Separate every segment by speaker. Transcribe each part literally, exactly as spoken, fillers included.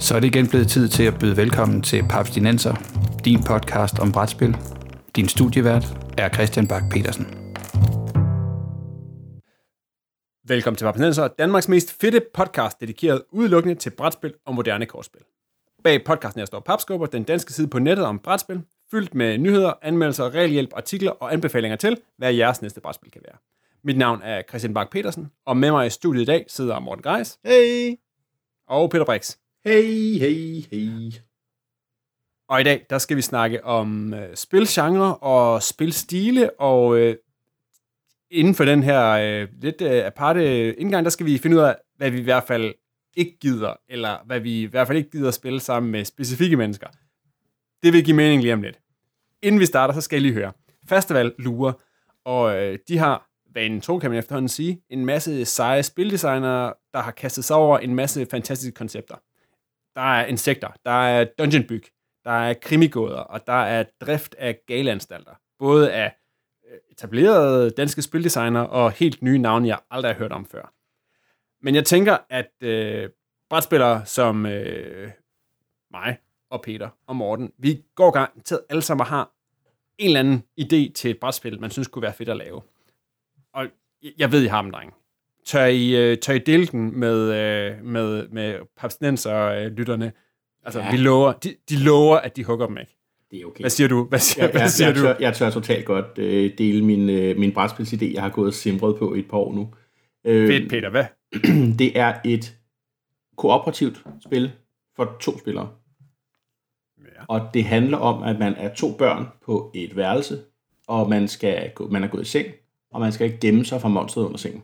Speaker 1: Så er det igen blevet tid til at byde velkommen til Papstinenser, din podcast om brætspil. Din studievært er Christian Bak petersen.
Speaker 2: Velkommen til Papstinenser, Danmarks mest fedte podcast, dedikeret udelukkende til brætspil og moderne kortspil. Bag podcasten her står Papskubber, den danske side på nettet om brætspil, fyldt med nyheder, anmeldelser, regelhjælp, artikler og anbefalinger til, hvad jeres næste brætspil kan være. Mit navn er Christian Bak petersen, og med mig i studiet i dag sidder Morten Greis.
Speaker 3: Hey!
Speaker 2: Og Peter Brix.
Speaker 3: Hey, hey, hey.
Speaker 2: Og i dag, der skal vi snakke om øh, spilgenre og spilstile, og øh, inden for den her øh, lidt øh, aparte indgang, der skal vi finde ud af, hvad vi i hvert fald ikke gider, eller hvad vi i hvert fald ikke gider spille sammen med specifikke mennesker. Det vil give mening lige om lidt. Inden vi starter, så skal jeg lige høre. Festival lurer, og øh, de har, vanen tro kan man efterhånden sige, en masse seje spildesignere, der har kastet sig over en masse fantastiske koncepter. Der er insekter, der er dungeonbyg, der er krimigåder, og der er drift af galeanstalter. Både af etablerede danske spildesignere og helt nye navne, jeg aldrig har hørt om før. Men jeg tænker, at øh, brætspillere som øh, mig og Peter og Morten, vi går garanteret alle sammen har en eller anden idé til et brætspil, man synes kunne være fedt at lave. Og jeg ved, I har dem, drenge. Tør I, tør I dele den med, med, med papstinenser-lytterne? Altså, ja. vi lover, de, de lover, at de hugger dem ikke.
Speaker 3: Det er okay.
Speaker 2: Hvad siger du? Hvad siger,
Speaker 3: jeg,
Speaker 2: hvad
Speaker 3: jeg,
Speaker 2: siger
Speaker 3: jeg,
Speaker 2: du?
Speaker 3: Tør, jeg tør totalt godt øh, dele min, øh, min brætspilsidé, jeg har gået og simret på i et par år nu. Øh,
Speaker 2: Fedt, Peter. Hvad?
Speaker 3: Det er et kooperativt spil for to spillere. Ja. Og det handler om, at man er to børn på et værelse, og man, skal gå, man er gået i seng, og man skal gemme sig fra monsteret under sengen.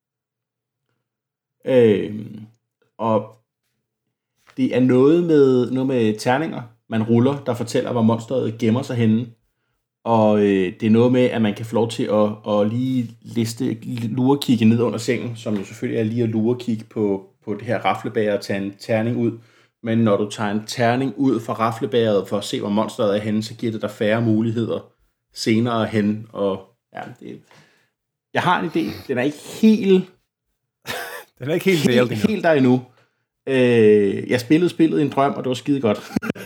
Speaker 3: Øh, og det er noget med, noget med terninger, man ruller, der fortæller, hvor monsteret gemmer sig henne. Og øh, det er noget med, at man kan få lov til at, at lige liste, lurekigge ned under sengen, som jo selvfølgelig er lige at lurekigge på, på det her raflebæger og tage en terning ud. Men når du tager en terning ud fra raflebæret for at se, hvor monsteret er henne, så giver det dig færre muligheder senere hen. Og ja, det, jeg har en idé. Den er ikke helt...
Speaker 2: Den er ikke helt
Speaker 3: helt, helt, helt der endnu. Øh, jeg spillede spillet i en drøm, og det var skide godt.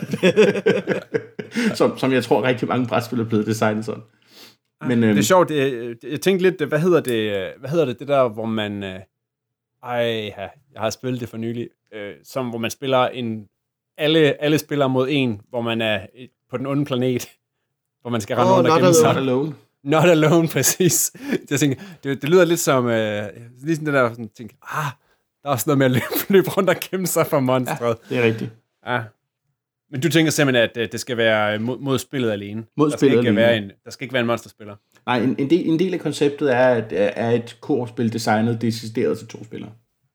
Speaker 3: som, som jeg tror rigtig mange brætspil er blevet designet sådan.
Speaker 2: Men, øhm, det er sjovt. Det, jeg tænkte lidt, hvad hedder det, hvad hedder det, det der, hvor man... Øh, ej, ja, jeg har spillet det for nylig. Øh, som, hvor man spiller en... Alle, alle spiller mod en, hvor man er på den onde planet. Hvor man skal rende
Speaker 3: oh,
Speaker 2: rundt og gemme sig.
Speaker 3: Not alone.
Speaker 2: Not alone, præcis. Det, tænker, det, det lyder lidt som... Øh, ligesom det der, sådan, tænker, ah... Der er også noget med at løbe, løbe rundt og kæmpe sig for monstret.
Speaker 3: Ja, det er rigtigt.
Speaker 2: Ja. Men du tænker simpelthen, at det skal være mod, mod spillet alene?
Speaker 3: Mod
Speaker 2: der
Speaker 3: spillet
Speaker 2: skal ikke
Speaker 3: alene.
Speaker 2: Være en, der skal ikke være en monsterspiller?
Speaker 3: Nej, en, en, del, en del af konceptet er, at er et koop-spil designet decideret til to spillere.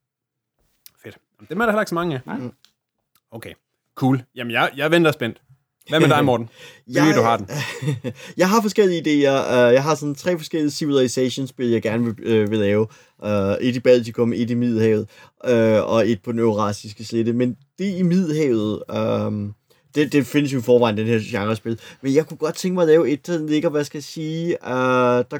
Speaker 2: Fedt. Det er der heller ikke så mange af.
Speaker 3: Nej.
Speaker 2: Okay, cool. Jamen, jeg, jeg venter spændt. Hvad med dig, Morten? Hvad
Speaker 4: jeg,
Speaker 2: du har den?
Speaker 4: Jeg har forskellige idéer. Jeg har sådan tre forskellige Civilization-spil, jeg gerne vil, øh, vil lave. Uh, et i Baltikum, et i Middelhavet, uh, og et på den eurasiske slette. Men det i Middelhavet, um, det, det findes jo i forvejen, den her genrespil. Men jeg kunne godt tænke mig at lave et, der ligger, hvad skal jeg sige, uh, der...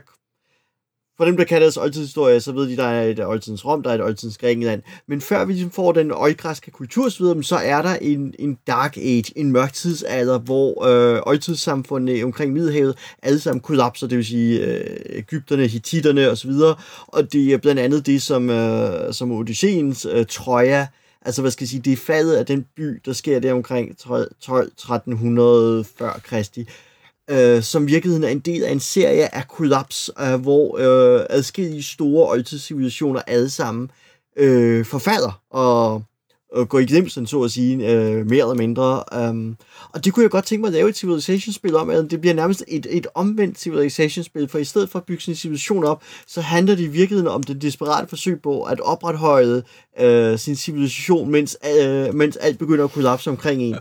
Speaker 4: For dem, der kan deres oldtidshistorie, så ved de, der er et oldtidens Rom, der er et oldtidens Grækenland. Men før vi ligesom får den oldgræske kultur, så er der en, en dark age, en mørk tidsalder, hvor øh, oldtidssamfundene omkring Middelhavet alle sammen kollapser, det vil sige øh, Egypterne, Hittitterne osv. Og det er blandt andet det, som, øh, som Odysseens øh, Troja, altså hvad skal jeg sige, det er faldet af den by, der sker der omkring tolv tretten hundrede før Kristi. Uh, som virkeligheden er en del af en serie af kollaps, uh, hvor uh, adskillige store oldtidscivilisationer alle sammen uh, forfalder og, og går i glemslen, så at sige, uh, mere eller mindre. Um, og det kunne jeg godt tænke mig at lave et Civilization-spil om, at det bliver nærmest et, et omvendt Civilization-spil, for i stedet for at bygge sin civilisation op, så handler det i virkeligheden om det desperate forsøg på at opretholde uh, sin civilisation, mens, uh, mens alt begynder at kollapse omkring en.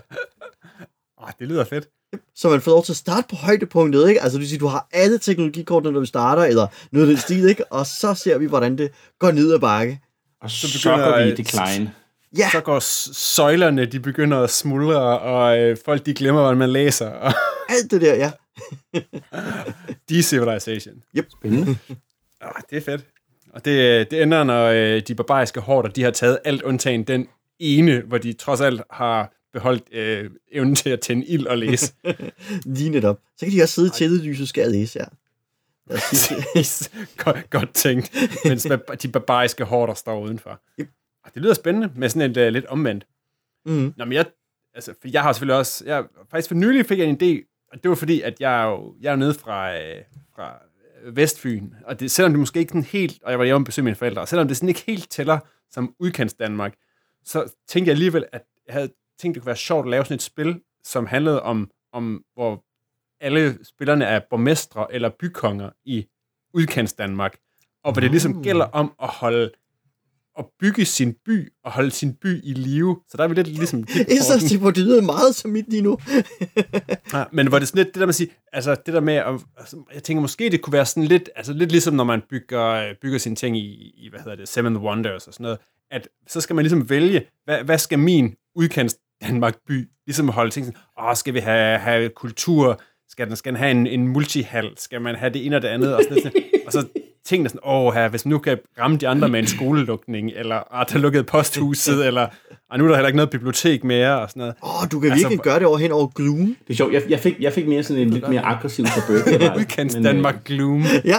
Speaker 2: Oh, det lyder fedt.
Speaker 4: Så man får lov til at starte på højdepunktet, ikke? Altså, du siger, du har alle teknologikortene, når vi starter, eller noget af den stil, ikke? Og så ser vi, hvordan det går ned ad bakke.
Speaker 3: Og så begynder vi i decline.
Speaker 4: Ja.
Speaker 2: Så går søjlerne, de begynder at smuldre, og øh, folk, de glemmer, hvordan man læser. Og
Speaker 4: alt det der, ja.
Speaker 2: Decivilization.
Speaker 4: Yep.
Speaker 3: Spændende.
Speaker 2: Oh, det er fedt. Og det, det ender, når øh, de barbariske horder, de har taget alt undtagen den ene, hvor de trods alt har beholdt øh, evnen til at tænde ild og læse.
Speaker 4: Lige netop. Så kan de også sidde i tællelyset og skære læse, ja.
Speaker 2: godt, godt tænkt, mens de barbariske hårder står udenfor.
Speaker 4: Yep.
Speaker 2: Det lyder spændende, med sådan et uh, lidt omvendt.
Speaker 4: Mm.
Speaker 2: Nå, men jeg, altså, for jeg har selvfølgelig også, jeg, faktisk for nylig fik jeg en idé, og det var fordi, at jeg er jo, jeg er jo nede fra, øh, fra Vestfyn, og det, selvom det måske ikke sådan helt, og jeg var hjemme og besøgte mine forældre, og selvom det sådan ikke helt tæller som udkants Danmark, så tænkte jeg alligevel, at jeg havde tænkt, det kunne være sjovt at lave sådan et spil, som handlede om, om hvor alle spillerne er borgmestre eller bykonger i udkants Danmark, og hvor det ligesom gælder om at holde at bygge sin by og holde sin by i live. Så der er vi lidt ligesom...
Speaker 4: Jeg synes, det lyder meget som mit lige nu.
Speaker 2: Ja, men hvor det sådan lidt, det der med at sige, altså det der med, at, altså, jeg tænker måske, det kunne være sådan lidt, altså lidt ligesom når man bygger, bygger sine ting i, i, hvad hedder det, Seven Wonders og sådan noget, at så skal man ligesom vælge, hvad, hvad skal min udkants Danmark by ligesom holde ting sådan, åh, skal vi have, have kultur, skal den, skal den have en, en multihal, skal man have det ene og det andet, og sådan, sådan og så tingene sådan, åh, her, hvis man nu kan ramme de andre med en skolelukning, eller at der lukkede posthuset, eller og nu er der heller ikke noget bibliotek mere, og sådan noget.
Speaker 4: Åh, oh, du kan altså, virkelig gøre det over hen over Gloom.
Speaker 3: Det er sjovt, jeg, jeg, fik, jeg fik mere sådan en lidt mere aggressiv forbøg.
Speaker 2: Udkants Danmark øh... Gloom.
Speaker 4: Ja.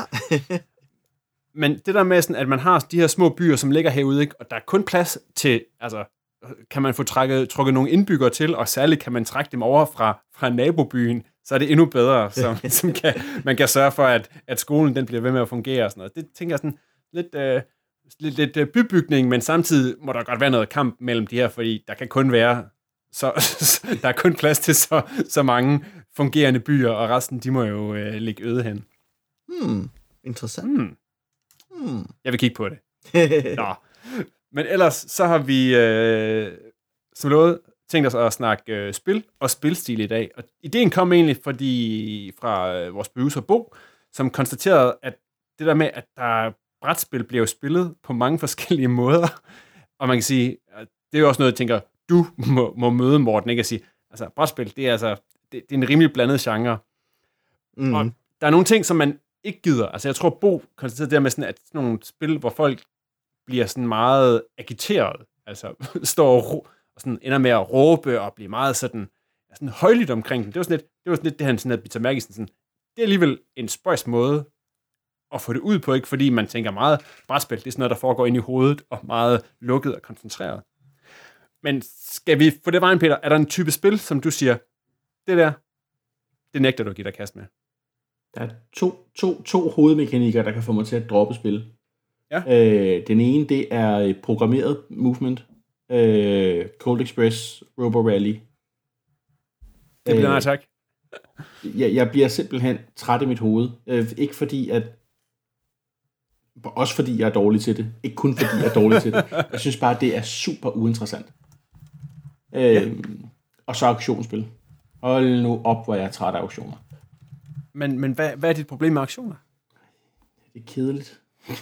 Speaker 2: Men det der med, sådan, at man har de her små byer, som ligger herude, ikke? Og der er kun plads til, altså, kan man få trækket, trukket nogle indbyggere til, og særligt kan man trække dem over fra, fra nabobyen, så er det endnu bedre, som, som kan, man kan sørge for, at, at skolen den bliver ved med at fungere og sådan noget. Det tænker jeg sådan lidt, øh, lidt, lidt øh, bybygning, men samtidig må der godt være noget kamp mellem de her, fordi der kan kun være, så, der er kun plads til så, så mange fungerende byer, og resten, de må jo øh, ligge øde hen.
Speaker 4: Hmm, interessant.
Speaker 2: Hmm.
Speaker 4: Hmm.
Speaker 2: Jeg vil kigge på det. Nå. Men ellers, så har vi øh, som lovet tænkt os at snakke øh, spil og spilstil i dag. Og ideen kom egentlig fordi, fra øh, vores producer Bo, som konstaterede, at det der med, at der brætspil bliver spillet på mange forskellige måder, og man kan sige, at det er jo også noget, jeg tænker, du må, må møde, Morten, ikke at sige, altså brætspil, det er altså, det, det er en rimelig blandet genre. Mm. Og der er nogle ting, som man ikke gider. Altså jeg tror, Bo konstaterede det der med sådan, at sådan nogle spil, hvor folk bliver sådan meget agiteret, altså står og og sådan ender med at råbe og blive meget sådan, sådan højlydt omkring den. Det var sådan lidt, det var sådan lidt det, han sådan havde bidt mærke i, sådan, det er alligevel en spøjs måde at få det ud på, ikke? Fordi man tænker meget, brætspil, det er sådan noget, der foregår ind i hovedet, og meget lukket og koncentreret. Men skal vi få det vejen, Peter? Er der en type spil, som du siger, det der, det nægter du at give dig kast med?
Speaker 3: Der er to, to, to hovedmekanikker, der kan få mig til at droppe spil.
Speaker 2: Ja.
Speaker 3: Øh, den ene, det er programmeret movement. Øh, Cold Express, Robo Rally.
Speaker 2: Det bliver nej tak.
Speaker 3: Jeg, jeg bliver simpelthen træt i mit hoved. Øh, ikke fordi, at... Også fordi, jeg er dårlig til det. Ikke kun fordi, jeg er dårlig til det. Jeg synes bare, det er super uinteressant. Øh, ja. Og så auktionsspil. Hold nu op, hvor jeg er træt af auktioner.
Speaker 2: Men, men hvad, hvad er dit problem med auktioner?
Speaker 3: Det er kedeligt.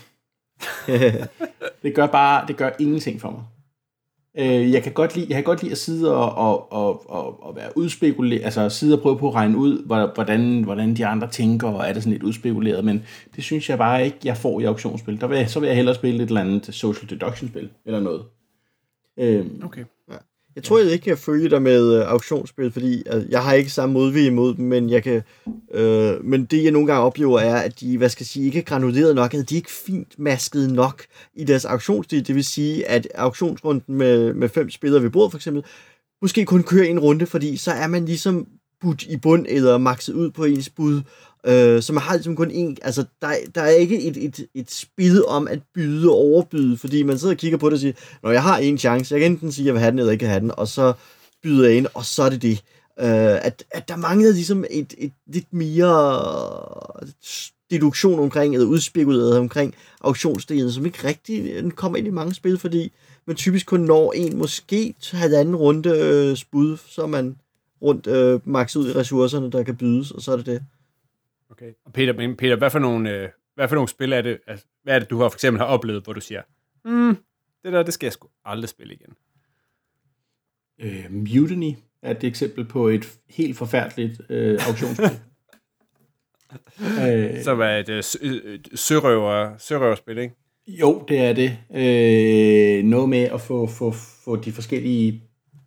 Speaker 3: det gør bare... Det gør ingenting for mig. Jeg kan godt lide, jeg kan godt lide at sidde og, og, og, og, og være udspekuleret, altså sidde og prøve på at regne ud, hvordan, hvordan de andre tænker, og er det sådan lidt udspekuleret, men det synes jeg bare ikke, jeg får i auktionsspil. Der vil jeg, så vil jeg hellere spille et eller andet social deduction-spil, eller noget. Øhm.
Speaker 2: Okay.
Speaker 4: Ja. Jeg tror, jeg ikke kan følge dig med uh, auktionsspil, fordi altså, jeg har ikke samme modvilje imod dem, men jeg kan, øh, men det jeg nogle gange oplever er, at de, hvad skal jeg sige, ikke er granuleret nok, at de ikke fint masket nok i deres auktionsstil. Det vil sige, at auktionsrunden med, med fem spillere ved bordet for eksempel, måske kun kører en runde, fordi så er man ligesom budt i bund eller makset ud på ens bud. Øh, så man har ligesom kun en, altså der, der er ikke et, et, et spil om at byde og overbyde, fordi man sidder og kigger på det og siger, når jeg har en chance, jeg kan enten sige, at jeg vil have den eller ikke have den, og så byder jeg ind, og så er det det. Øh, at, at der mangler ligesom et, et lidt mere deduktion omkring, eller udspekuleret omkring auktionsdelen, som ikke rigtig kommer ind i mange spil, fordi man typisk kun når en, måske halvanden runde øh, spud, så er man rundt øh, makset ud i ressourcerne, der kan bydes, og så er det det.
Speaker 2: Okay. Og Peter, Peter hvad, for nogle, øh, hvad for nogle spil er det, altså, hvad er det, du har for eksempel har oplevet, hvor du siger, mm, det der, det skal jeg sgu aldrig spille igen?
Speaker 3: Øh, Mutiny er et eksempel på et helt forfærdeligt øh, auktionsspil.
Speaker 2: øh, Som er et øh, sørøver, sørøverspil, ikke?
Speaker 3: Jo, det er det. Øh, noget med at få, få, få de forskellige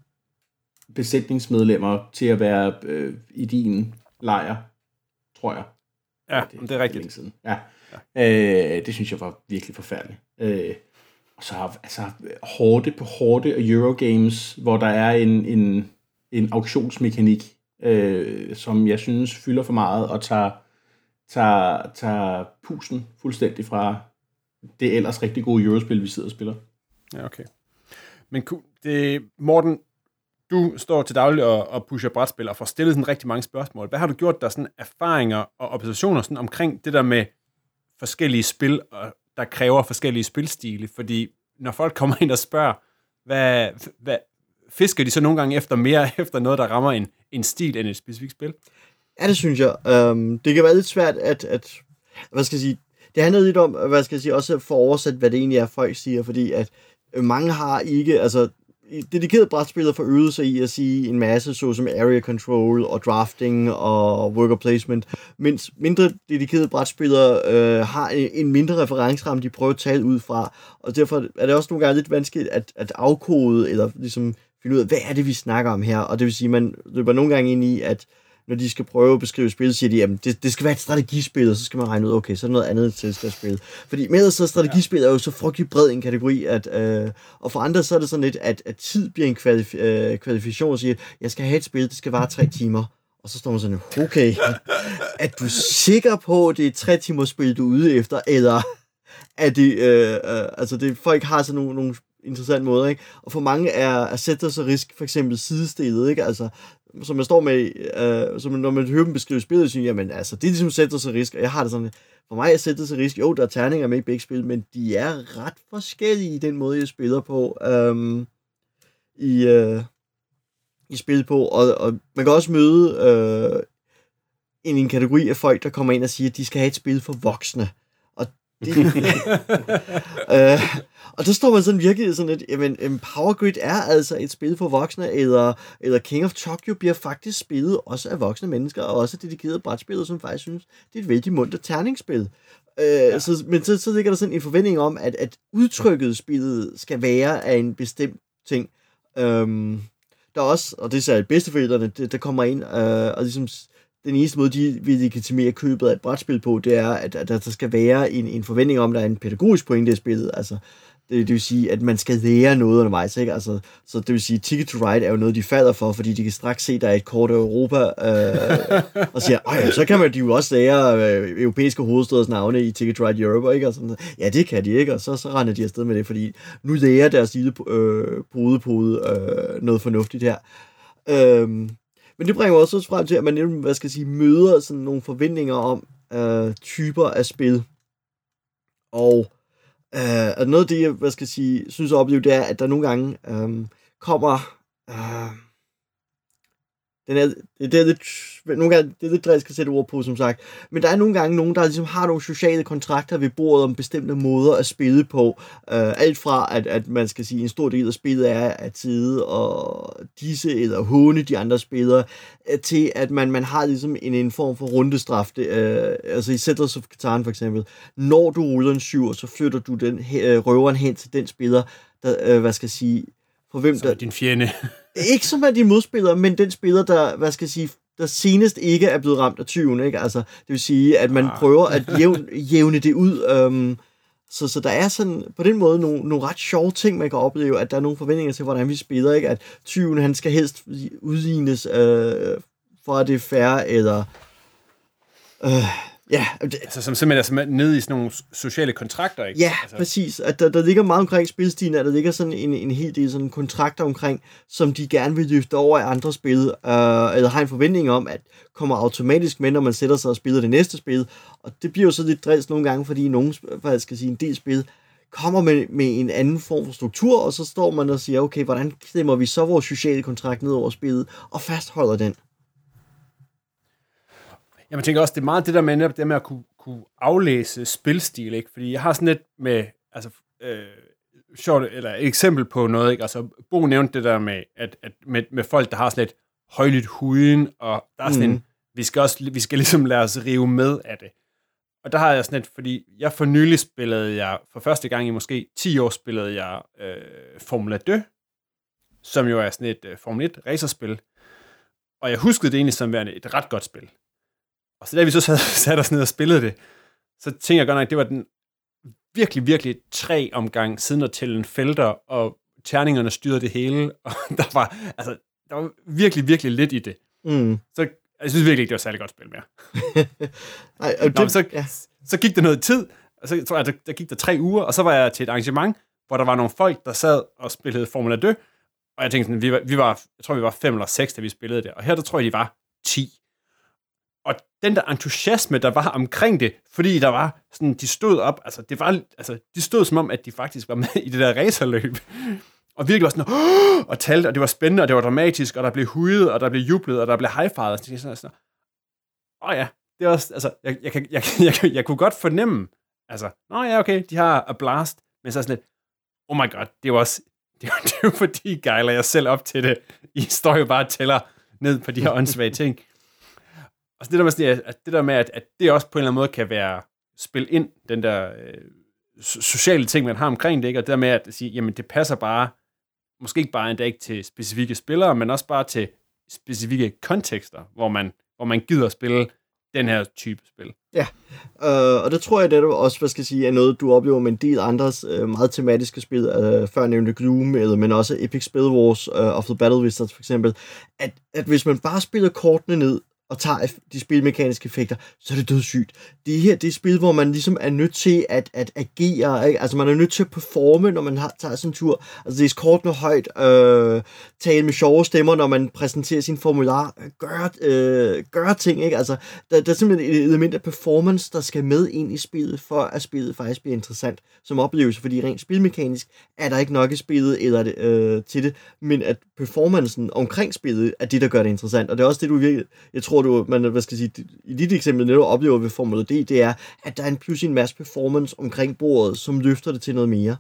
Speaker 3: besætningsmedlemmer til at være øh, i din lejr, tror jeg.
Speaker 2: Ja,
Speaker 3: det,
Speaker 2: det er rigtigt.
Speaker 3: Siden. Ja. Ja. Øh, det synes jeg var virkelig forfærdeligt. Øh, og så altså hårde på hårde og Eurogames, hvor der er en, en, en auktionsmekanik, øh, som jeg synes fylder for meget og tager, tager, tager pusen fuldstændig fra det ellers rigtig gode Eurospil, vi sidder og spiller.
Speaker 2: Ja, okay. Men det, Morten, du står til daglig og, og pusher brætspil og får stillet sådan rigtig mange spørgsmål. Hvad har du gjort der sådan erfaringer og observationer sådan omkring det der med forskellige spil, og der kræver forskellige spilstile? Fordi når folk kommer ind og spørger, hvad, hvad fisker de så nogle gange efter mere efter noget, der rammer en, en stil end et specifikt spil?
Speaker 4: Ja, det synes jeg. Um, det kan være lidt svært at, at hvad skal jeg sige, det handler lidt om, hvad skal jeg sige, også for oversat, hvad det egentlig er, folk siger, fordi at mange har ikke, altså dedikerede brætspillere får øvet sig i at sige en masse, såsom area control og drafting og worker placement, mens mindre dedikerede brætspillere øh, har en mindre referenceramme, de prøver at tale ud fra, og derfor er det også nogle gange lidt vanskeligt at, at afkode, eller ligesom finde ud af, hvad er det, vi snakker om her, og det vil sige, man løber nogle gange ind i, at når de skal prøve at beskrive spil, siger de, at det, det skal være et strategispil, og så skal man regne ud, okay, så er det noget andet til at spille. Fordi med så strategispil er jo så frygtelig bred en kategori, at, øh, og for andre så er det sådan lidt, at, at tid bliver en kvalif- øh, kvalifikation, og siger, jeg skal have et spil, det skal vare tre timer. Og så står man sådan, okay, er du sikker på, at det er et tre timers spil, du er ude efter, eller er det, øh, øh, altså det, folk har sådan nogle, nogle interessante måder, ikke? Og for mange er, er Settlers og Risk for eksempel sidestillet, ikke? Altså, som jeg står med, øh, som når man hører dem beskrive spillet, synes jeg, jamen altså, det er ligesom Settlers og Risk, og jeg har det sådan, for mig er Settlers og Risk, jo, der er terninger med i begge spil, men de er ret forskellige i den måde, jeg spiller på, øhm, i, øh, i spil på, og, og man kan også møde øh, en, en kategori af folk, der kommer ind og siger, at de skal have et spil for voksne, og det, øh, og der står man sådan virkelig sådan et, jamen, Power Grid er altså et spil for voksne, eller, eller King of Tokyo bliver faktisk spillet også af voksne mennesker, og også dedikerede brætspillere, som faktisk synes, det er et vældig mundt terningsspil. Øh, ja. så, men så, så ligger der sådan en forventning om, at, at udtrykket spillet skal være af en bestemt ting. Øhm, der er også, og det er særligt bedsteforældrene, der, der kommer ind, øh, og ligesom den eneste måde, de vil legitimere købet af et brætspil på, det er, at, at der skal være en, en forventning om, at der er en pædagogisk pointe i spillet. Altså, det, det vil sige, at man skal lære noget undervejs, ikke? Altså, så det vil sige, Ticket to Ride er jo noget, de falder for, fordi de kan straks se, der er et kort af Europa, øh, og siger, ej, så kan man de jo også lære øh, europæiske hovedsteders navne i Ticket to Ride Europe, ikke? Og sådan, ja, det kan de ikke, og så, så render de afsted med det, fordi nu lærer deres lille øh, podepode øh, noget fornuftigt her. Øh, Men det bringer også frem til, at man hvad skal jeg sige, møder sådan nogle forventninger om øh, typer af spil. Og øh, noget af det, jeg hvad skal jeg sige, synes at opleve, det er, at der nogle gange øh, kommer... Øh, den er, det, er lidt, nogle gange, det er lidt, der jeg skal sætte ord på, som sagt. Men der er nogle gange nogen, der ligesom har nogle sociale kontrakter ved bordet om bestemte måder at spille på. Uh, alt fra, at, at man skal sige, en stor del af spillet er at sidde og disse eller håne de andre spillere, til at man, man har ligesom en, en form for rundestraf. Det, uh, altså i Settlers of Catan for eksempel. Når du ruller en syver, så flytter du den, uh, røveren hen til den spiller, der, uh, hvad skal jeg sige, for hvem
Speaker 2: som
Speaker 4: der...
Speaker 2: er din fjende.
Speaker 4: Ikke som er de modspillere, men den spiller, der, hvad skal jeg sige, der senest ikke er blevet ramt af tyven, ikke? Altså, det vil sige, at man ah. prøver at jævne, jævne det ud. Um, så, så der er sådan, på den måde, nogle, nogle ret sjove ting, man kan opleve, at der er nogle forventninger til, hvordan vi spiller, ikke? At tyven, han skal helst udlignes, øh, for at det er fair, eller... Øh, Ja, det,
Speaker 2: altså som simpelthen er nede i sådan nogle sociale kontrakter, ikke?
Speaker 4: Ja,
Speaker 2: altså.
Speaker 4: Præcis. At der, der ligger meget omkring spilstilen, at der ligger sådan en, en hel del sådan kontrakter omkring, som de gerne vil løfte over af andre spil, øh, eller har en forventning om, at kommer automatisk med, når man sætter sig og spiller det næste spil. Og det bliver jo så lidt drills nogle gange, fordi nogen, hvad jeg skal sige, en del spil kommer med, med en anden form for struktur, og så står man og siger, okay, hvordan stemmer vi så vores sociale kontrakt ned over spillet, og fastholder den?
Speaker 2: Jeg tænker også, det er meget det der med, det med at kunne, kunne aflæse spilstil, ikke? Fordi jeg har sådan lidt med, altså, øh, sjovt, eller et eksempel på noget, ikke? Altså, Bo nævnte det der med, at, at med, med folk, der har sådan lidt højlydt huden, og der er sådan mm. en, vi skal også, vi skal ligesom lade os rive med af det. Og der har jeg sådan et, fordi jeg for nylig spillede jeg, for første gang i måske ti år spillede jeg øh, Formula deux, som jo er sådan et øh, Formel et racerspil. Og jeg huskede det egentlig som værende et ret godt spil. Og så da vi så sad, satte os ned og spillede det, så tænkte jeg godt nok, at det var den virkelig, virkelig tre omgang siden at tælle en felter, og terningerne styrede det hele, og der var, altså, der var virkelig, virkelig lidt i det.
Speaker 4: Mm.
Speaker 2: Så jeg synes virkelig ikke, det var et særlig godt spil mere.
Speaker 4: Ej, og
Speaker 2: Nå,
Speaker 4: det,
Speaker 2: så,
Speaker 4: ja.
Speaker 2: så gik der noget tid, og så tror jeg, der, der gik der tre uger, og så var jeg til et arrangement, hvor der var nogle folk, der sad og spillede Formula deux, og jeg tænkte sådan, vi var, vi var, jeg tror, vi var fem eller seks, da vi spillede det, og her, der tror jeg, de var ti. Og den der entusiasme, der var omkring det, fordi der var sådan, de stod op, altså, det var, altså, de stod som om, at de faktisk var med i det der racerløb. Og virkelig var sådan, Åh! Og talte, og det var spændende, og det var dramatisk, og der blev hujet, og der blev jublet, og der blev high-fivet, og sådan sådan, sådan. Åh ja, det er også, altså, jeg, jeg, jeg, jeg, jeg, jeg kunne godt fornemme, altså, nå ja, okay, de har a blast, men så sådan lidt, oh my god, det er jo også, det er jo, det er jo fordi, gejler jeg selv op til det. I står jo bare og tæller ned på de her åndssvage ting. Og så det der med, sådan, at, det der med at, at det også på en eller anden måde kan være spil ind, den der øh, sociale ting, man har omkring det, ikke? Og det der med at sige, jamen det passer bare, måske ikke bare endda ikke til specifikke spillere, men også bare til specifikke kontekster, hvor man, hvor man gider spille den her type spil.
Speaker 4: Ja, øh, og det tror jeg, det er også, hvad skal jeg sige, er noget, du oplever med en del andres øh, meget tematiske spil, øh, før nævnte Gloom, eller, men også Epic Spell Wars uh, of the Battle Wizards for eksempel, at, at hvis man bare spiller kortene ned, og tager de spilmekaniske effekter, så er det dødssygt. Det her, det er spil, hvor man ligesom er nødt til at, at agere, ikke? Altså man er nødt til at performe, når man har, tager sin tur. Altså det er kortene højt, øh, tale med sjove stemmer, når man præsenterer sin formular, gøre øh, gør ting, ikke? Altså der, der er simpelthen et element af performance, der skal med ind i spillet, for at spillet faktisk bliver interessant som oplevelse, fordi rent spilmekanisk er der ikke nok i spillet eller det, øh, til det, men at performancen omkring spillet er det, der gør det interessant, og det er også det, du virkelig, jeg tror, du, man, hvad skal jeg sige, i dit eksempel, det du oplever ved Formula D, det er, at der er en pludselig en masse performance omkring bordet, som løfter det til noget mere.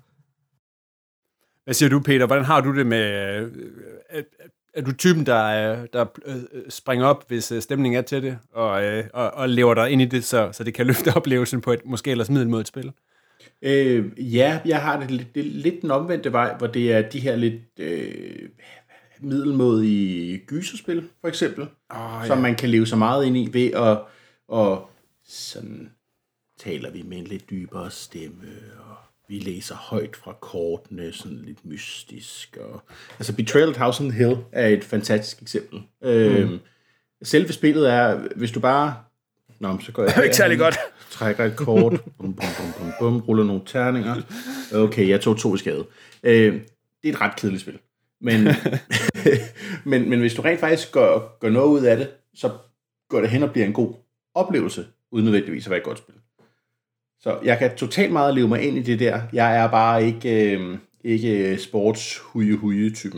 Speaker 2: Hvad siger du, Peter? Hvordan har du det med, er, er du typen, der, der springer op, hvis stemningen er til det, og, og, og lever dig ind i det, så, så det kan løfte oplevelsen på et måske ellers middelmådigt spil?
Speaker 3: Øh, ja, jeg har det lidt, det, lidt den omvendte vej, hvor det er de her lidt øh, middelmådige gyserspil, for eksempel, oh, ja. Som man kan leve så meget ind i ved at og sådan taler vi med en lidt dybere stemme, og vi læser højt fra kortene, sådan lidt mystisk. Og, altså Betrayal at House on the Hill er et fantastisk eksempel. Mm. Øhm, selve spillet er, hvis du bare... Nå, så går jeg... Det er
Speaker 2: ikke særlig godt.
Speaker 3: Trækker et kort, bum, bum, bum, bum, bum, ruller nogle terninger. Okay, jeg tog to i skade. Øh, det er et ret kedeligt spil. Men, men, men hvis du rent faktisk gør, gør noget ud af det, så går det hen og bliver en god oplevelse, uden nødvendigvis at være et godt spil. Så jeg kan totalt meget leve mig ind i det der. Jeg er bare ikke, øh, ikke sports huye huye typen.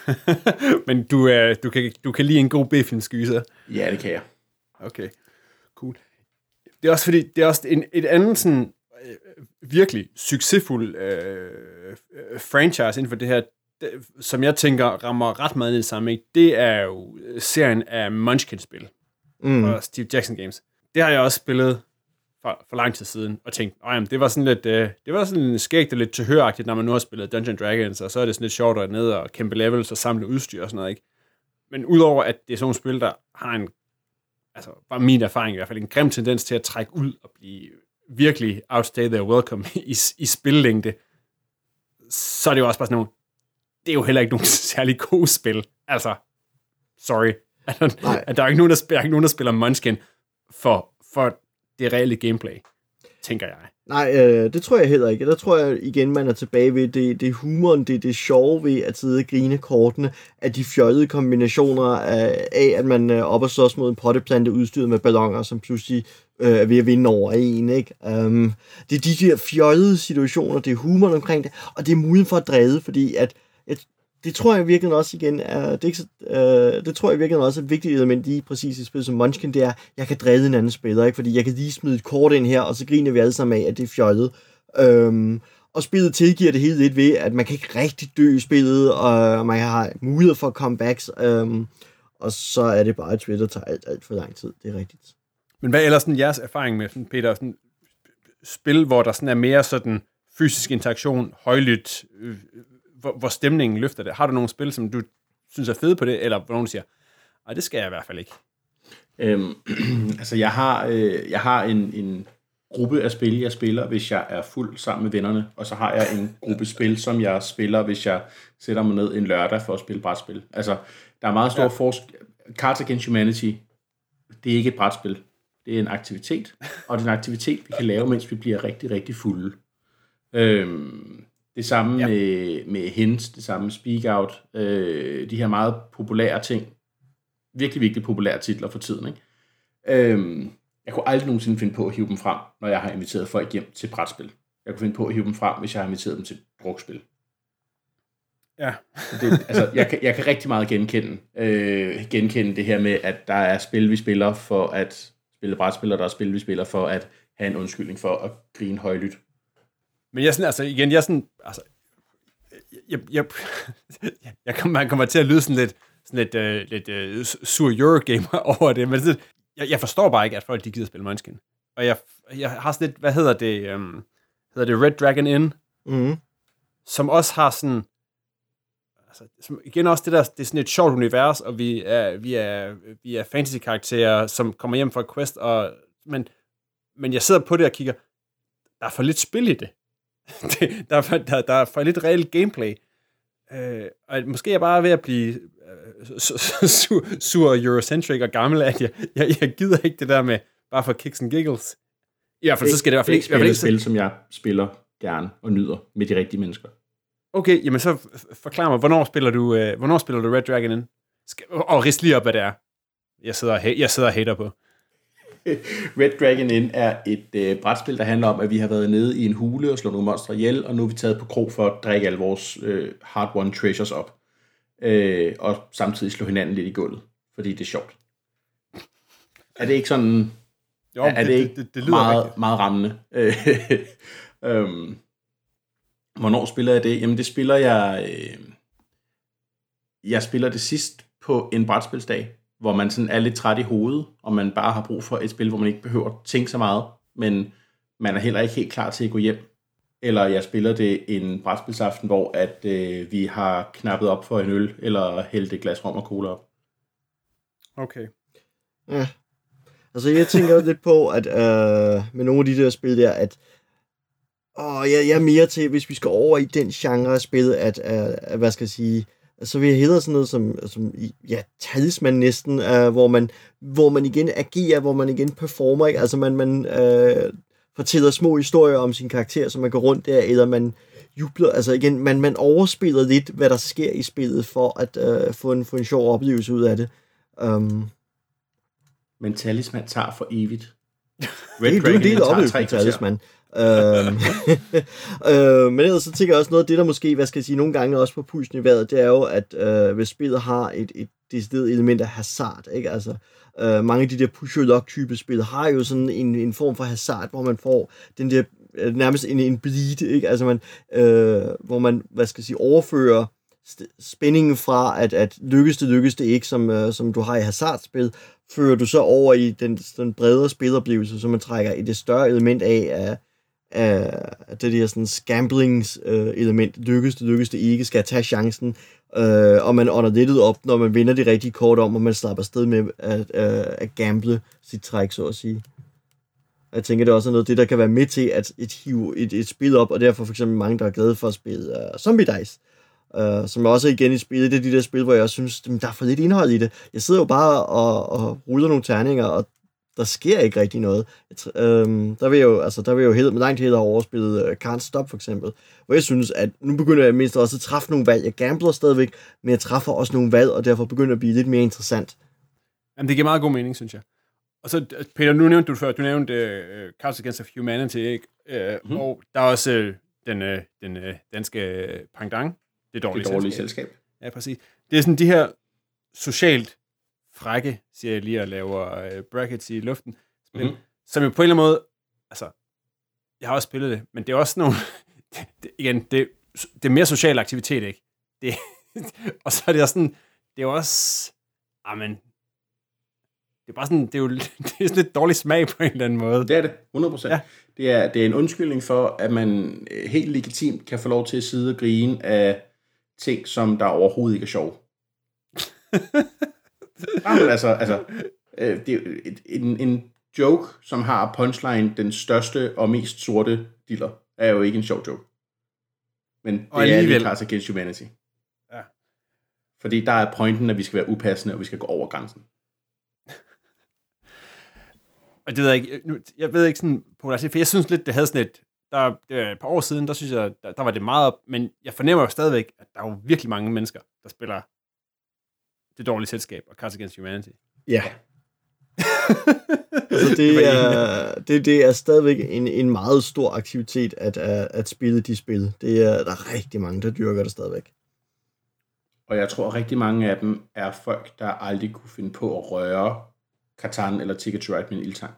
Speaker 2: Men du, øh, du, kan, du kan lide en god B-filmsgyser?
Speaker 3: Ja, det kan jeg.
Speaker 2: Okay, cool. Det er også fordi, det er også en, et andet sådan øh, virkelig succesfuld øh, franchise inden for det her, det, som jeg tænker rammer ret meget ned i samme, ikke? Det er jo serien af Munchkin-spil mm. og Steve Jackson Games. Det har jeg også spillet for, for lang tid siden, og tænkt, åh jamen, det var sådan lidt, øh, det var sådan skægt og lidt tilhøragtigt, når man nu har spillet Dungeons and Dragons, og så er det sådan lidt sjovt at ned og kæmpe levels og samle udstyr og sådan noget, ikke? Men udover at det er sådan nogle spil, der har en, altså var min erfaring i hvert fald, en grim tendens til at trække ud og blive virkelig outstay their welcome i, i spillængde, så er det jo også bare sådan nogle, det er jo heller ikke nogen særlig gode spil. Altså, sorry. At der er ikke nogen, der spiller, ikke nogen, der spiller Munchkin for, for det reelle gameplay, tænker jeg.
Speaker 4: Nej, øh, det tror jeg heller ikke. Der tror jeg igen, man er tilbage ved det, det humoren, det, det sjove ved at sidde og grine kortene, at de fjollede kombinationer af, af at man er oppe og slås mod en potteplante udstyret med balloner, som pludselig øh, er ved at vinde over en, ikke? Um, det er de der fjollede situationer, det er humoren omkring det, og det er muligheden for at dræde, fordi at et, det tror jeg virkelig også igen er, det, er ikke så, øh, det tror jeg virkelig også er et vigtigt element i præcis et spil som Munchkin, det er, jeg kan dræde en anden spiller, ikke? Fordi jeg kan lige smide et kort ind her, og så griner vi alle sammen af, at det er fjollet. Øhm, og spillet tilgiver det hele lidt ved, at man kan ikke rigtig dø i spillet, og man har mulighed for comebacks, øhm, og så er det bare et spil, der tager alt, alt for lang tid, det er rigtigt.
Speaker 2: Men hvad er ellers sådan jeres erfaring med, sådan, Peter, sådan, spil, hvor der sådan er mere sådan fysisk interaktion, højlydt, øh, hvor, hvor stemningen løfter det. Har du nogle spil, som du synes er fede på det, eller hvor nogen siger, nej, det skal jeg i hvert fald ikke?
Speaker 3: Øhm, altså, jeg har, øh, jeg har en, en gruppe af spil, jeg spiller, hvis jeg er fuld sammen med vennerne, og så har jeg en gruppe spil, som jeg spiller, hvis jeg sætter mig ned en lørdag for at spille brætspil. Altså, der er meget stor ja. forskel. Cards Against Humanity, det er ikke et brætspil. Det er en aktivitet, og det er en aktivitet, vi kan lave, mens vi bliver rigtig, rigtig fulde. Øhm, det samme ja. med, med Hints, det samme med Speak Out, øh, de her meget populære ting, virkelig, virkelig populære titler for tiden, ikke? Øhm, jeg kunne aldrig nogensinde finde på at hive dem frem, når jeg har inviteret folk hjem til brætspil. Jeg kunne finde på at hive dem frem, hvis jeg har inviteret dem til drukspil.
Speaker 2: Ja.
Speaker 3: det, altså, jeg, kan, jeg kan rigtig meget genkende, øh, genkende det her med, at der er spil, vi spiller for at spille brætspil, og der er spil, vi spiller for at have en undskyldning for at grine højlydt.
Speaker 2: Men jeg er sådan, altså igen, jeg er sådan, altså, jeg, jeg, jeg kommer, man kommer til at lyde sådan lidt, sådan lidt, uh, lidt uh, sur Eurogamer over det, men det, jeg, jeg forstår bare ikke, at folk de gider spille Munchkin. Og jeg, jeg har sådan lidt, hvad hedder det, um, hedder det Red Dragon Inn,
Speaker 4: mm.
Speaker 2: som også har sådan, altså, som, igen også det der, det er sådan et sjovt univers, og vi er, vi er, vi er fantasy-karakterer, som kommer hjem fra et quest, og, men, men jeg sidder på det og kigger, der er for lidt spil i det. det der, er for, der, der er for lidt reelt gameplay. Uh, og måske er jeg bare ved at blive uh, sur, sur Eurocentric og gammel, at jeg, jeg, jeg gider ikke det der med bare for kicks and giggles. I hvert fald så skal det i hvert fald ikke...
Speaker 3: Det er et spil, som jeg spiller gerne og nyder med de rigtige mennesker.
Speaker 2: Okay, jamen så forklar mig, hvornår spiller du, uh, hvornår spiller du Red Dragon Inn? Skal, og ridse lige op, hvad det er. Jeg sidder og, jeg sidder og hater på.
Speaker 3: Red Dragon Inn er et øh, brætspil, der handler om, at vi har været nede i en hule og slået nogle monstre ihjel, og nu er vi taget på krog for at drikke alle vores øh, hard-won treasures op. Øh, og samtidig slå hinanden lidt i gulvet, fordi det er sjovt. Er det ikke sådan...
Speaker 2: Jo,
Speaker 3: er det,
Speaker 2: det
Speaker 3: ikke
Speaker 2: det, det, det lyder
Speaker 3: meget, meget rammende? øhm, hvornår spiller jeg det? Jamen det spiller jeg... Øh, jeg spiller det sidst på en brætspilsdag, hvor man sådan er lidt træt i hovedet, og man bare har brug for et spil, hvor man ikke behøver at tænke så meget, men man er heller ikke helt klar til at gå hjem. Eller jeg spiller det en brætspilsaften, hvor at, øh, vi har knappet op for en øl, eller hældt et glas rom og cola op.
Speaker 2: Okay.
Speaker 4: Ja. Altså jeg tænker lidt på, at øh, med nogle af de der spil der, at åh, jeg, jeg er mere til, hvis vi skal over i den genre af spil, at, øh, hvad skal jeg sige... Så vil jeg hellere sådan noget som, som ja, talisman næsten, øh, hvor, man, hvor man igen agerer, hvor man igen performer, ikke? Altså man, man øh, fortæller små historier om sin karakter, så man går rundt der, eller man jubler, altså igen, man, man overspiller lidt, hvad der sker i spillet, for at øh, få, en, få en sjov oplevelse ud af det. Um,
Speaker 3: Men talisman tager for evigt.
Speaker 4: Red det er en del af oplevelsen med talisman. øhm, øh, men ellers så tænker jeg også noget af det, der måske, hvad skal jeg sige, nogle gange også på pulsen i vejret, det er jo, at øh, hvis spillet har et, et decideret element af hazard, ikke? Altså, øh, mange af de der push-your-luck-type spil har jo sådan en, en form for hazard, hvor man får den der, nærmest en, en bleed, ikke? Altså man, øh, hvor man, hvad skal jeg sige, overfører spændingen fra, at, at lykkes det, lykkes det ikke, som, øh, som du har i hazardspil, fører du så over i den, den bredere spiloplevelse, så man trækker et det større element af, af, af det der sådan gamblings øh, element. Lykkes det, lykkes det ikke, skal tage chancen, øh, og man ånder lidt op, når man vinder de rigtige kort om, og man slapper afsted med at, øh, at gamble sit træk, så at sige. Jeg tænker, det er også noget af det, der kan være med til at et, hive et, et spil op, og derfor for eksempel mange, der er glade for at spille uh, Zombie Dice. Uh, som også igen i spillet, det er de der spil, hvor jeg synes, der er for lidt indhold i det. Jeg sidder jo bare og, og ruller nogle terninger, og der sker ikke rigtig noget. Um, der vil jeg jo, altså, der vil jeg jo helt, med langt hellere overspillet uh, Can't Stop for eksempel, hvor jeg synes, at nu begynder jeg mindst også at træffe nogle valg. Jeg gambler stadigvæk, men jeg træffer også nogle valg, og derfor begynder at blive lidt mere interessant.
Speaker 2: Jamen, det giver meget god mening, synes jeg. Og så, Peter, nu nævnte du før, du nævnte uh, Cards Against Humanity, ikke? Uh, mm. Og der er også uh, den, uh, den uh, danske uh, pendant. Det dårlige,
Speaker 3: det dårlige
Speaker 2: selskab.
Speaker 3: selskab.
Speaker 2: Ja, præcis. Det er sådan de her socialt frække, siger jeg lige, og laver uh, brackets i luften, spil, mm-hmm. som jo på en eller anden måde, altså, jeg har også spillet det, men det er også nogle, det, igen, det, det er mere social aktivitet, ikke? Det, og så er det også sådan, det er også, amen, det er bare sådan, det er jo det er sådan lidt dårlig smag på en eller anden måde.
Speaker 3: Det er det, hundrede procent. Ja. Det, er, det er en undskyldning for, at man helt legitimt kan få lov til at sidde og grine af ting, som der overhovedet ikke er sjove. Jamen, altså, altså det er en, en joke, som har punchline den største og mest sorte diller, er jo ikke en sjov joke. Men det og er lige Cards Against Humanity. Ja. Fordi der er pointen, at vi skal være upassende, og vi skal gå over grænsen.
Speaker 2: Og det ved jeg ikke, jeg ved ikke sådan, for jeg synes lidt, det havde sådan et, der, det var et par år siden, der synes jeg, der, der var det meget op, men jeg fornemmer jo stadigvæk, at der er jo virkelig mange mennesker, der spiller Det Dårlige Selskab og Cards Against Humanity.
Speaker 4: Ja. altså det, er, det, det er stadigvæk en, en meget stor aktivitet at, at, at spille de spil. Det er, der er rigtig mange, der dyrker det stadigvæk.
Speaker 3: Og jeg tror, at rigtig mange af dem er folk, der aldrig kunne finde på at røre Catan eller Ticket to Ride med en ildtang.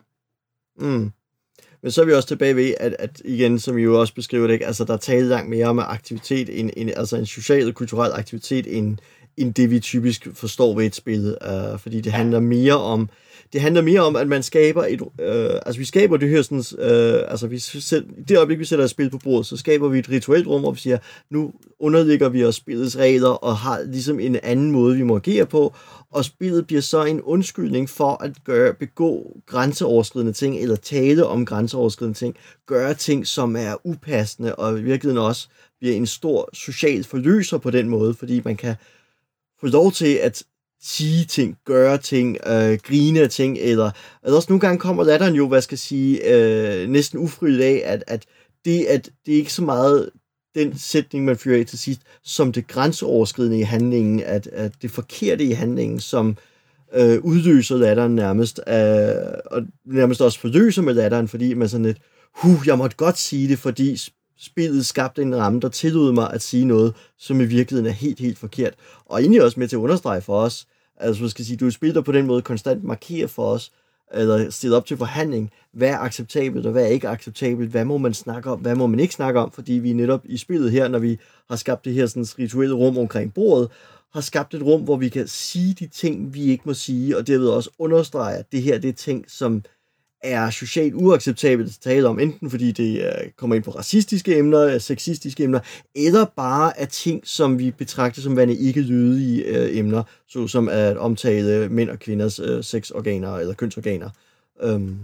Speaker 4: Mm. Men så er vi også tilbage ved, at, at igen, som I jo også beskriver det, ikke? Altså, der er tale langt mere om aktivitet, en, en, altså en social og kulturel aktivitet, end, end det vi typisk forstår ved et spil. Uh, fordi det handler mere om, det handler mere om, at man skaber et, uh, altså vi skaber det her sådan, uh, altså vi selv, i det øjeblik, vi sætter et spil på bordet, så skaber vi et rituelt rum, hvor vi siger, nu underlægger vi os spillets regler, og har ligesom en anden måde, vi må agere på, og spillet bliver så en undskyldning for at gøre, begå grænseoverskridende ting, eller tale om grænseoverskridende ting, gøre ting, som er upassende, og i virkeligheden også bliver en stor social forløser på den måde, fordi man kan få lov til at sige ting, gøre ting, øh, grine af ting, eller altså også nogle gange kommer latteren jo, hvad skal jeg sige, øh, næsten ufrivilligt af, at, at det, at det er ikke så meget den sætning, man fyrer af til sidst, som det grænseoverskridende i handlingen, at, at det forkerte i handlingen, som øh, udløser latteren nærmest, øh, og nærmest også forløser med latteren, fordi man sådan lidt, huh, jeg måtte godt sige det, fordi spillet skabte en ramme, der tillod mig at sige noget, som i virkeligheden er helt, helt forkert. Og egentlig også med til at understrege for os, altså man skal sige, du spiller på den måde konstant markerer for os, eller stille op til forhandling, hvad er acceptabelt, og hvad er ikke acceptabelt, hvad må man snakke om, hvad må man ikke snakke om, fordi vi netop i spillet her, når vi har skabt det her sådan rituelle rum omkring bordet, har skabt et rum, hvor vi kan sige de ting, vi ikke må sige, og derved også understrege, at det her det er ting, som er socialt uacceptabelt at tale om, enten fordi det kommer ind på racistiske emner, sexistiske emner, eller bare af ting, som vi betragter som værende ikke lydige øh, emner, såsom at omtale mænd og kvinders øh, sexorganer eller kønsorganer. Um.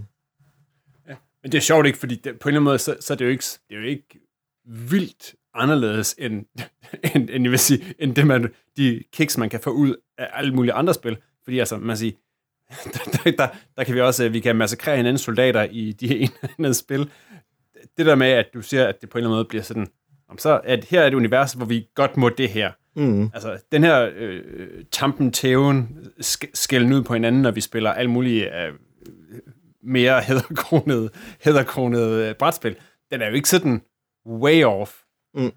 Speaker 2: Ja, men det er sjovt ikke, fordi det, på en eller anden måde, så, så er det jo ikke, det er jo ikke vildt anderledes end, end, end, jeg vil sige, end det, man, de kicks, man kan få ud af alle mulige andre spil. Fordi altså, man siger, Der, der, der, der kan vi også, vi kan massakrere hinandens soldater i de ene eller spil. Det der med, at du siger, at det på en eller anden måde bliver sådan, så at her er et univers, hvor vi godt må det her. Mm. Altså, den her øh, tampen tæven sk- skælden ud på hinanden, når vi spiller alle mulige øh, mere hæderkronede, hæderkronede øh, brætspil, den er jo ikke sådan way off. Mm.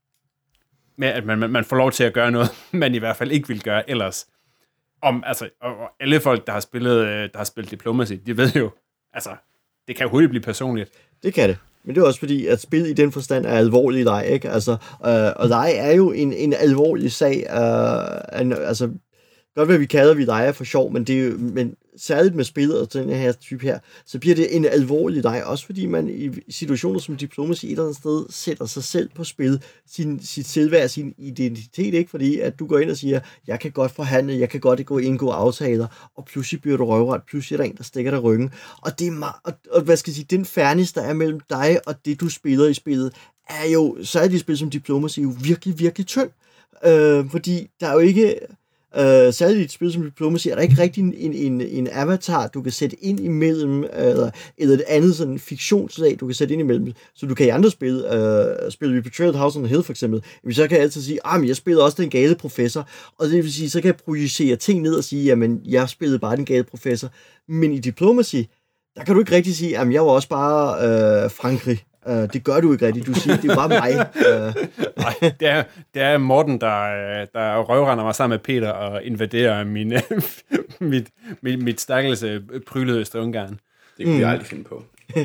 Speaker 2: Med at man, man, man får lov til at gøre noget, man i hvert fald ikke vil gøre ellers. Om, altså, og alle folk, der har spillet, der har spillet Diplomacy, de ved jo, altså, det kan jo hurtigt blive personligt.
Speaker 4: Det kan det. Men det er også fordi, at spil i den forstand er alvorlig leg, ikke? Altså, øh, og leg er jo en, en alvorlig sag. Øh, en, altså, godt hvad vi kalder vi leger for sjov, men, det er jo, men særligt med spillet og den her type her, så bliver det en alvorlig leg, også fordi man i situationer som Diplomacy et eller andet sted sætter sig selv på spil, sin, sit selvværd, sin identitet, ikke? Fordi at du går ind og siger, jeg kan godt forhandle, jeg kan godt gå indgå aftaler, og pludselig bliver du røvret, pludselig er der en, der stikker dig ryggen, og det er meget, og, og hvad skal jeg sige, den fairness, der er mellem dig og det, du spiller i spillet, er jo, så er de spil som Diplomacy jo virkelig, virkelig tynd, øh, fordi der er jo ikke Uh, særligt i et spil som Diplomacy er der ikke rigtig en, en, en avatar, du kan sætte ind imellem, eller, eller et andet sådan fiktionslag, du kan sætte ind imellem, så du kan i andre spil, uh, spiller vi Betrayal House on the Hill for eksempel, jamen, så kan jeg altid sige, ah, men jeg spiller også den gale professor, og det vil sige, så kan jeg projicere ting ned og sige, jamen, jeg spillede bare den gale professor, men i Diplomacy, der kan du ikke rigtig sige, jamen, jeg var også bare uh, Frankrig. Uh, det gør du ikke rigtigt. Du siger, det er bare mig. Uh.
Speaker 2: Nej, det er, det er Morten, der, der røvrender mig sammen med Peter og invaderer min, mit, mit, mit stakkels prylede Øst-Ungarn.
Speaker 3: Det kan vi mm. aldrig finde på.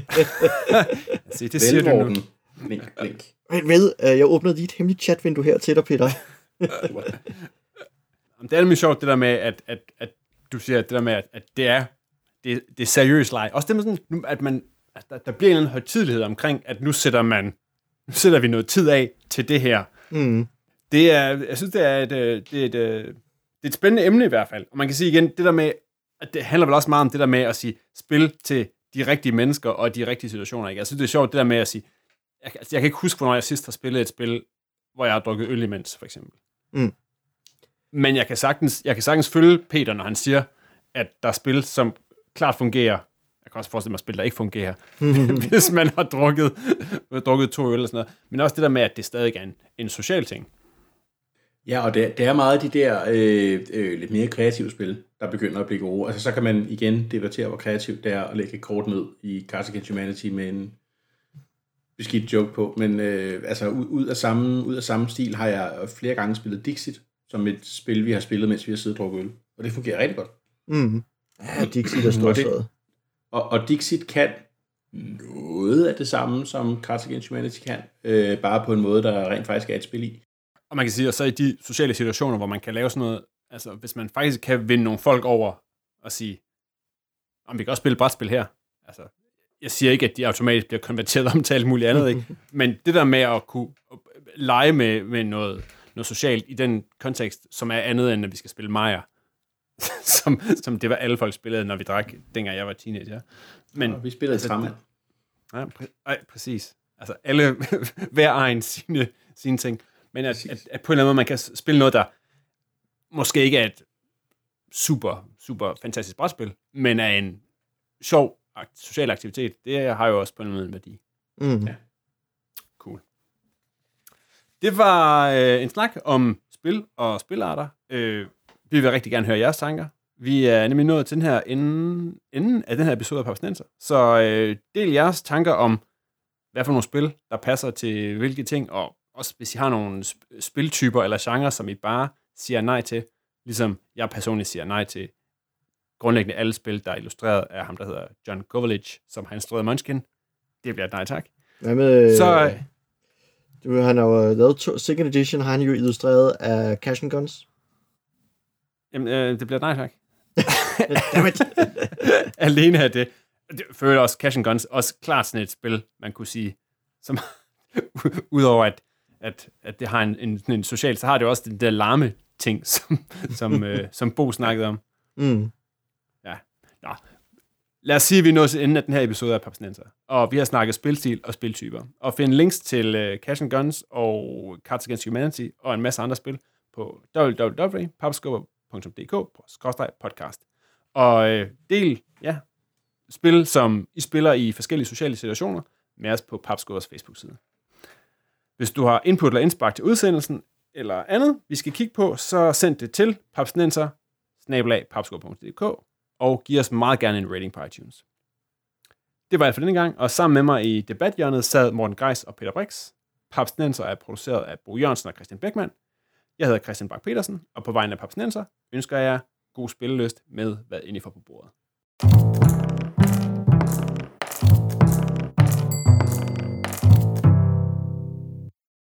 Speaker 2: Se, det siger du nu.
Speaker 3: Blink, blink.
Speaker 4: Men ved, uh, jeg åbnede lige et hemmeligt chatvindue her til dig, Peter.
Speaker 2: Det er nemlig sjovt, det der med, at, at, at du siger, at det der med, at, at det er det, det er seriøst leg. Også det med sådan, at man, at der, der bliver en eller anden højtidelighed omkring, at nu sætter man, nu sætter vi noget tid af til det her.
Speaker 4: Mm.
Speaker 2: Det er, jeg synes, det er et, det er et, det er et spændende emne i hvert fald. Og man kan sige igen, det der med, at det handler vel også meget om det der med at sige, spil til de rigtige mennesker og de rigtige situationer. Ikke? Jeg synes, det er sjovt, det der med at sige, jeg, altså, jeg kan ikke huske, hvornår jeg sidst har spillet et spil, hvor jeg har drukket øl imens, for eksempel.
Speaker 4: Mm.
Speaker 2: Men jeg kan, sagtens, jeg kan sagtens følge Peter, når han siger, at der er spil, som klart fungerer. Jeg kan også forestille mig, at spil, der ikke fungerer, hvis man har drukket, drukket to øl eller sådan noget. Men også det der med, at det stadig er en, en social ting.
Speaker 3: Ja, og det, det er meget de der øh, øh, lidt mere kreative spil, der begynder at blive gode. Altså så kan man igen debattere, hvor kreativt det er at lægge et kort ned i Cards Against Humanity med en beskidt joke på. Men øh, altså ud, ud, af samme, ud af samme stil har jeg flere gange spillet Dixit, som et spil, vi har spillet, mens vi har siddet og drukket øl. Og det fungerer rigtig godt.
Speaker 4: Mm. Ja, Dixit er stort.
Speaker 3: Og, og Dixit kan noget af det samme, som Cards Against Humanity kan, øh, bare på en måde, der rent faktisk er et spil i.
Speaker 2: Og man kan sige, at så i de sociale situationer, hvor man kan lave sådan noget, altså hvis man faktisk kan vinde nogle folk over og sige, om vi kan også spille brætspil her. Altså, jeg siger ikke, at de automatisk bliver konverteret om til alt muligt andet, ikke? Men det der med at kunne lege med, med noget, noget socialt i den kontekst, som er andet end, at vi skal spille Maja, som, som det var alle folk spillede, når vi drak, dengang jeg var teenager. Men,
Speaker 3: og vi spillede altså, træmand.
Speaker 2: Ja, præ- ej, præcis. Altså alle, hver egen sine, sine ting. Men at, at, at på en eller anden måde, man kan spille noget, der måske ikke er et super, super fantastisk brætspil, men er en sjov social aktivitet, det har jo også på en eller anden værdi.
Speaker 4: Mm.
Speaker 2: Ja. Cool. Det var øh, en snak om spil og spilarter. Øh, vi vil rigtig gerne høre jeres tanker. Vi er nemlig nået til den her enden, enden af den her episode af Papsnenser. Så øh, del jeres tanker om, hvad for nogle spil, der passer til hvilke ting, og også hvis I har nogle sp- spiltyper eller genrer, som I bare siger nej til, ligesom jeg personligt siger nej til grundlæggende alle spil, der er illustreret af ham, der hedder John Govelich, som har instrueret Munchkin. Det bliver et nej tak.
Speaker 4: Hvad med...
Speaker 2: Så,
Speaker 4: du, han har jo lavet to, second edition, har han jo illustreret af Cash and Guns.
Speaker 2: Jamen, øh, det bliver et nej tak. Alene af det. Det føler også Cash and Guns, også klart sådan et spil, man kunne sige, som udover at, at, at det har en, en, en social, så har det også den der larme ting, som, som, øh, som Bo snakkede om.
Speaker 4: Mm.
Speaker 2: Ja. Nå. Lad os sige, at vi er nået til enden af den her episode af Papsnenser, og vi har snakket spilstil og spiltyper. Og find links til uh, Cash and Guns og Cards Against Humanity og en masse andre spil på w w w punktum papskubber punktum d k skråstreg podcast. Og øh, del, ja, spil, som I spiller i forskellige sociale situationer, med os på Papskubbers Facebook-side. Hvis du har input eller indspark til udsendelsen, eller andet, vi skal kigge på, så send det til papsnenser snabel-a papskubber punktum d k og giv os meget gerne en rating på iTunes. Det var alt for denne gang, og sammen med mig i debathjørnet sad Morten Geis og Peter Brix. Papsnenser er produceret af Bo Jørgensen og Christian Beckmann. Jeg hedder Christian Bak Petersen, og på vegne af Papsnenser ønsker jeg god spillelyst med, hvad I får på bordet.